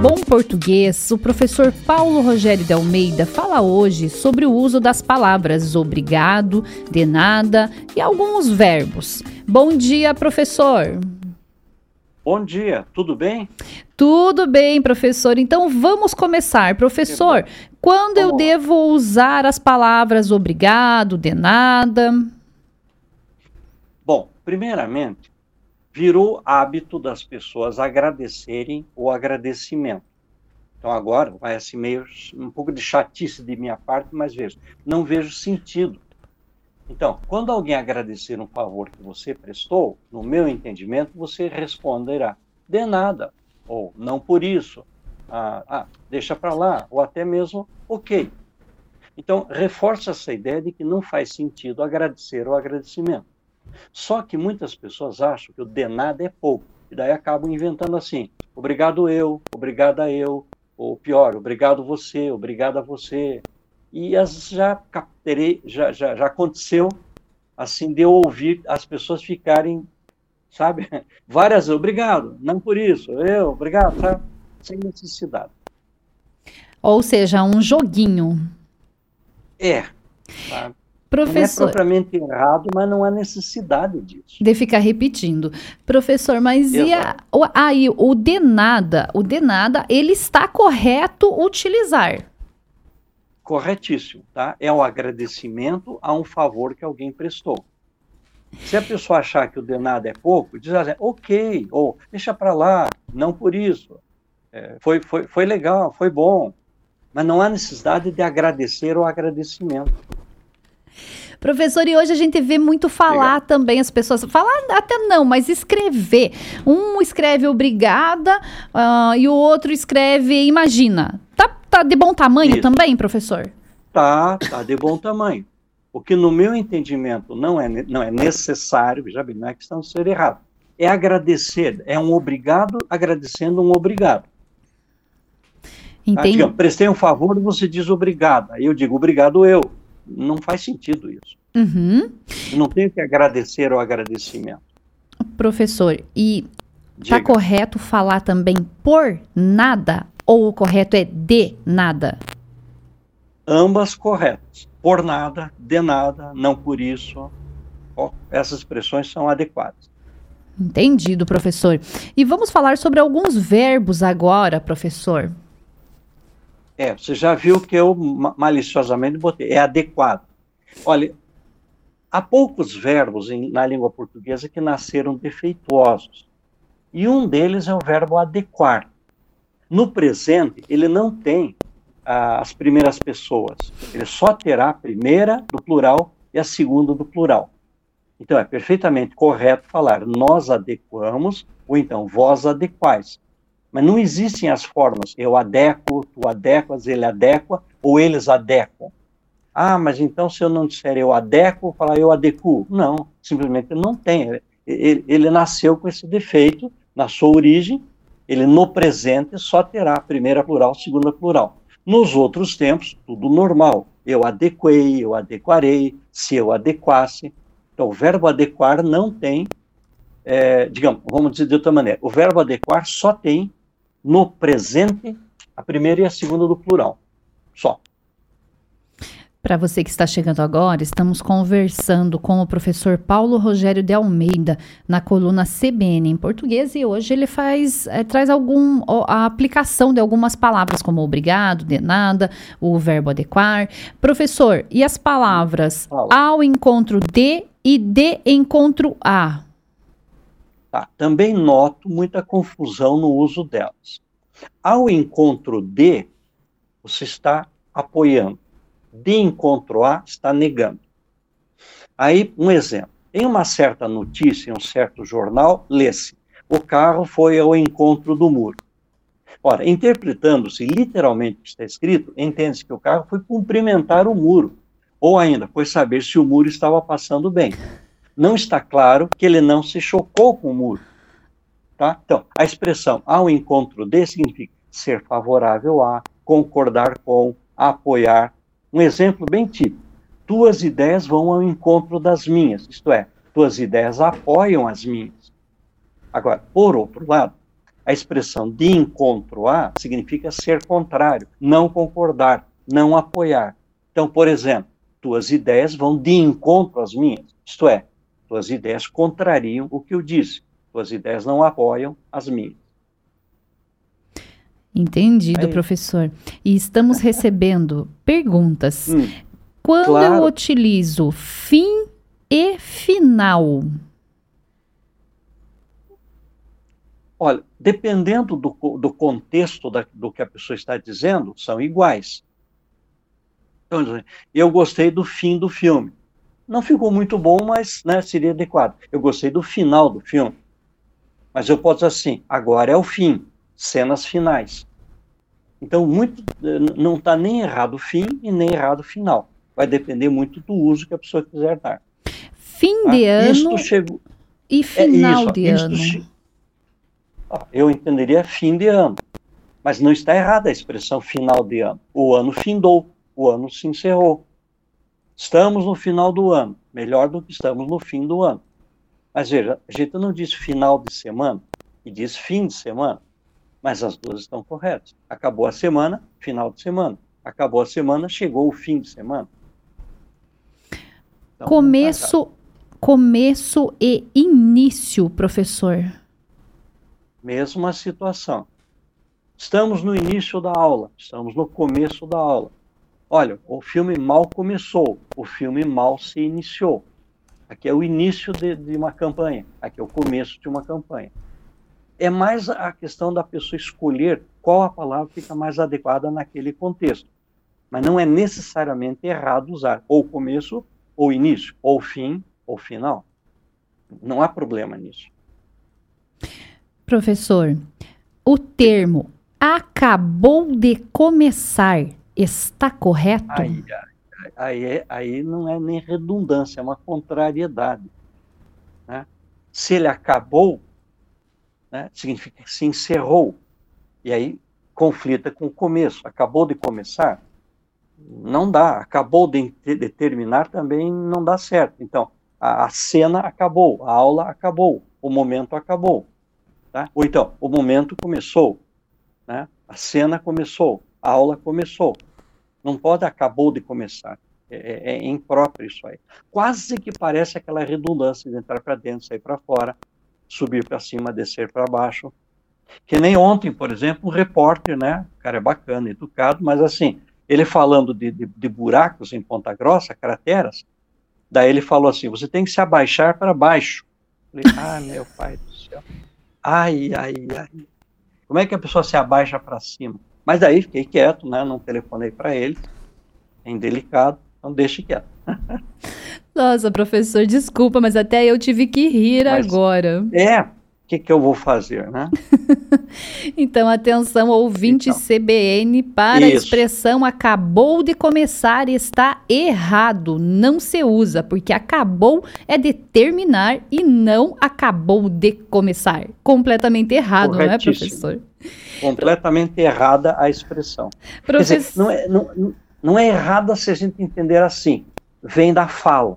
bom português, o professor Paulo Rogério de Almeida fala hoje sobre o uso das palavras obrigado, de nada e alguns verbos. Bom dia, professor. Bom dia, tudo bem? Tudo bem, professor. Então vamos começar. Professor, quando eu devo usar as palavras obrigado, de nada? Bom, primeiramente, virou hábito das pessoas agradecerem o agradecimento. Então agora vai assim meio um pouco de chatice de minha parte, mas veja, não vejo sentido. Então, quando alguém agradecer um favor que você prestou, no meu entendimento, você responderá de nada, ou não por isso, deixa para lá, ou até mesmo ok. Então, reforça essa ideia de que não faz sentido agradecer o agradecimento. Só que muitas pessoas acham que o de nada é pouco, e daí acabam inventando assim, obrigado eu, obrigada eu, ou pior, obrigado você, obrigada você. E já aconteceu, assim, de eu ouvir as pessoas ficarem, sabe, várias, obrigado, não por isso, eu, obrigado, sabe? Sem necessidade. Ou seja, um joguinho. Sabe? Professor, não é propriamente errado, mas não há necessidade disso. De ficar repetindo. Professor, mas aí o de nada, ele está correto utilizar? Corretíssimo, tá? É o agradecimento a um favor que alguém prestou. Se a pessoa achar que o de nada é pouco, diz assim, ok, ou deixa para lá, não por isso. Foi legal, foi bom. Mas não há necessidade de agradecer o agradecimento. Professor, e hoje a gente vê muito falar também, as pessoas, falar até não, mas escrever. Um escreve obrigada e o outro escreve imagina. Tá de bom tamanho também, professor? Tá de bom tamanho. O que no meu entendimento não é necessário, veja bem, não é questão de ser errado, é agradecer, é um obrigado agradecendo um obrigado. Digamos, prestei um favor e você diz obrigado, aí eu digo obrigado eu. Não faz sentido isso. Uhum. Eu não tenho que agradecer o agradecimento. Professor, e está correto falar também por nada ou o correto é de nada? Ambas corretas. Por nada, de nada, não por isso. Essas expressões são adequadas. Entendido, professor. E vamos falar sobre alguns verbos agora, professor. Você já viu que eu maliciosamente botei. É adequado. Olha, há poucos verbos na língua portuguesa que nasceram defeituosos. E um deles é o verbo adequar. No presente, ele não tem as primeiras pessoas. Ele só terá a primeira do plural e a segunda do plural. Então, é perfeitamente correto falar nós adequamos ou então vós adequais. Mas não existem as formas, eu adequo, tu adequas, ele adequa, ou eles adequam. Mas então se eu não disser eu adequo, vou falar eu adequo. Não, simplesmente não tem. Ele nasceu com esse defeito, na sua origem, ele no presente só terá a primeira plural, segunda plural. Nos outros tempos, tudo normal. Eu adequei, eu adequarei, se eu adequasse. Então, o verbo adequar não tem, digamos, vamos dizer de outra maneira, o verbo adequar só tem no presente, a primeira e a segunda do plural. Só. Para você que está chegando agora, estamos conversando com o professor Paulo Rogério de Almeida na coluna CBN em português e hoje ele traz a aplicação de algumas palavras como obrigado, de nada, o verbo adequar. Professor, e as palavras ao encontro de e de encontro a? Também noto muita confusão no uso delas. Ao encontro de, você está apoiando. De encontro a, está negando. Aí, um exemplo. Em uma certa notícia, em um certo jornal, lê-se: o carro foi ao encontro do muro. Ora, interpretando-se literalmente o que está escrito, entende-se que o carro foi cumprimentar o muro. Ou ainda, foi saber se o muro estava passando bem. Não está claro que ele não se chocou com o muro. Tá? Então, a expressão ao encontro de significa ser favorável a, concordar com, apoiar. Um exemplo bem típico. Tuas ideias vão ao encontro das minhas. Isto é, tuas ideias apoiam as minhas. Agora, por outro lado, A expressão de encontro a significa ser contrário, não concordar, não apoiar. Então, por exemplo, tuas ideias vão de encontro às minhas, isto é, tuas ideias contrariam o que eu disse, tuas ideias não apoiam as minhas. Entendido, professor. E estamos recebendo perguntas. Quando claro. eu utilizo fim e final? Olha, dependendo do contexto do que a pessoa está dizendo, são iguais. Então, eu gostei do fim do filme. Não ficou muito bom, mas, né, seria adequado. Eu gostei do final do filme. Mas eu posso dizer assim, agora é o fim, cenas finais. Então, não está nem errado o fim e nem errado o final. Vai depender muito do uso que a pessoa quiser dar. Fim de ano e final de ano. Eu entenderia fim de ano. Mas não está errada a expressão final de ano. O ano findou, o ano se encerrou. Estamos no final do ano, melhor do que estamos no fim do ano. Mas veja, a gente não diz final de semana, e diz fim de semana, mas as duas estão corretas. Acabou a semana, final de semana. Acabou a semana, chegou o fim de semana. Então, começo e início, professor. Mesma situação. Estamos no início da aula, estamos no começo da aula. Olha, o filme mal começou, o filme mal se iniciou. Aqui é o início de uma campanha, aqui é o começo de uma campanha. É mais a questão da pessoa escolher qual a palavra fica mais adequada naquele contexto. Mas não é necessariamente errado usar ou começo, ou início, ou fim, ou final. Não há problema nisso. Professor, o termo acabou de começar está correto? Aí não é nem redundância, é uma contrariedade. Né? Se ele acabou, né, significa que se encerrou. E aí conflita com o começo. Acabou de começar? Não dá. Acabou de terminar também não dá certo. Então, a cena acabou, a aula acabou, o momento acabou. Tá? Ou então, o momento começou, né? A cena começou, a aula começou. Não pode acabou de começar. É impróprio isso aí. Quase que parece aquela redundância de entrar para dentro, sair para fora, subir para cima, descer para baixo. Que nem ontem, por exemplo, um repórter, né? O cara é bacana, educado, mas assim, ele falando de buracos em Ponta Grossa, crateras, daí ele falou assim, você tem que se abaixar para baixo. Eu falei, meu pai do céu. Ai. Como é que a pessoa se abaixa para cima? Mas daí fiquei quieto, né? Não telefonei para ele. É indelicado, então deixe quieto. Nossa, professor, desculpa, mas até eu tive que rir agora. O que eu vou fazer, né? Então, atenção, ouvinte CBN, para a expressão acabou de começar está errado. Não se usa, porque acabou é de terminar e não acabou de começar. Completamente errado, não é, professor? Completamente errada a expressão. Quer dizer, não é errada se a gente entender assim. Vem da fala.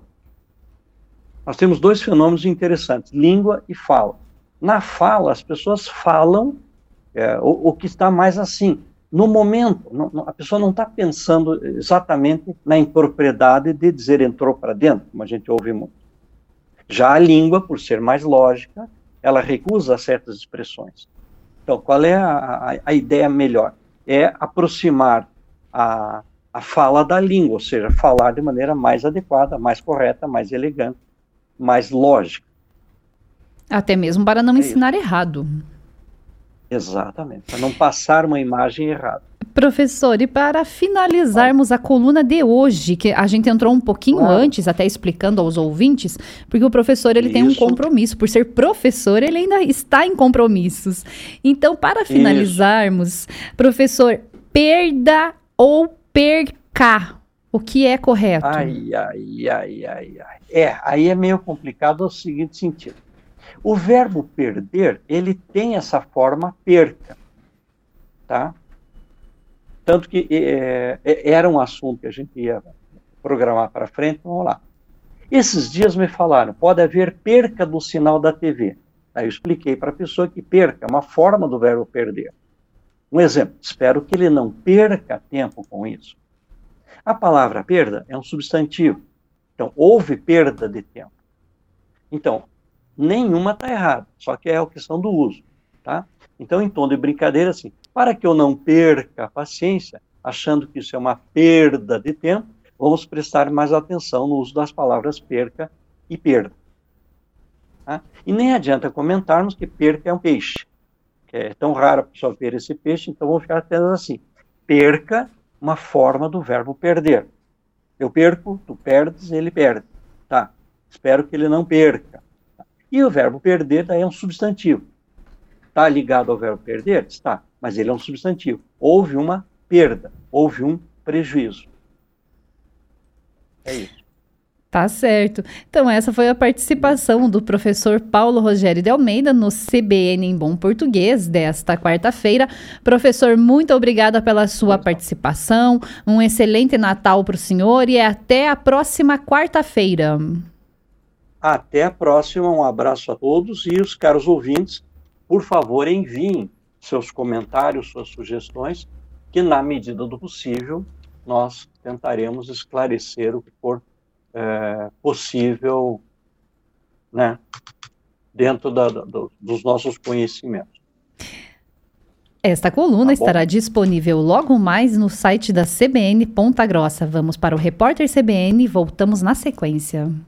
Nós temos dois fenômenos interessantes, língua e fala. Na fala, as pessoas falam o que está mais assim. No momento, a pessoa não está pensando exatamente na impropriedade de dizer entrou para dentro, como a gente ouve muito. Já a língua, por ser mais lógica, ela recusa certas expressões. Então, qual é a ideia melhor? É aproximar a fala da língua, ou seja, falar de maneira mais adequada, mais correta, mais elegante, mais lógica. Até mesmo para não ensinar errado. Exatamente, para não passar uma imagem errada. Professor, e para finalizarmos a coluna de hoje, que a gente entrou um pouquinho antes, até explicando aos ouvintes, porque o professor ele tem um compromisso, por ser professor ele ainda está em compromissos. Então, para finalizarmos, professor, perda ou perca, o que é correto? Aí é meio complicado no seguinte sentido. O verbo perder, ele tem essa forma perca, tá? Tanto que era um assunto que a gente ia programar para frente, vamos lá. Esses dias me falaram, pode haver perca do sinal da TV. Aí eu expliquei para a pessoa que perca é uma forma do verbo perder. Um exemplo, espero que ele não perca tempo com isso. A palavra perda é um substantivo. Então, houve perda de tempo. Então, nenhuma está errada, só que é a questão do uso. Tá? Então, em tom de brincadeira, assim, para que eu não perca a paciência, achando que isso é uma perda de tempo, vamos prestar mais atenção no uso das palavras perca e perda. Tá? E nem adianta comentarmos que perca é um peixe, que é tão raro a pessoa ver esse peixe, então vamos ficar apenas assim. Perca, uma forma do verbo perder. Eu perco, tu perdes, ele perde. Tá? Espero que ele não perca. E o verbo perder daí é um substantivo. Está ligado ao verbo perder? Está, mas ele é um substantivo. Houve uma perda, houve um prejuízo. É isso. Tá certo. Então, essa foi a participação do professor Paulo Rogério de Almeida no CBN em Bom Português desta quarta-feira. Professor, muito obrigada pela sua participação. Um excelente Natal para o senhor e até a próxima quarta-feira. Até a próxima. Um abraço a todos e os caros ouvintes, por favor, enviem seus comentários, suas sugestões, que na medida do possível nós tentaremos esclarecer o que for possível, né, dentro dos nossos conhecimentos. Esta coluna estará disponível logo mais no site da CBN Ponta Grossa. Vamos para o Repórter CBN e voltamos na sequência.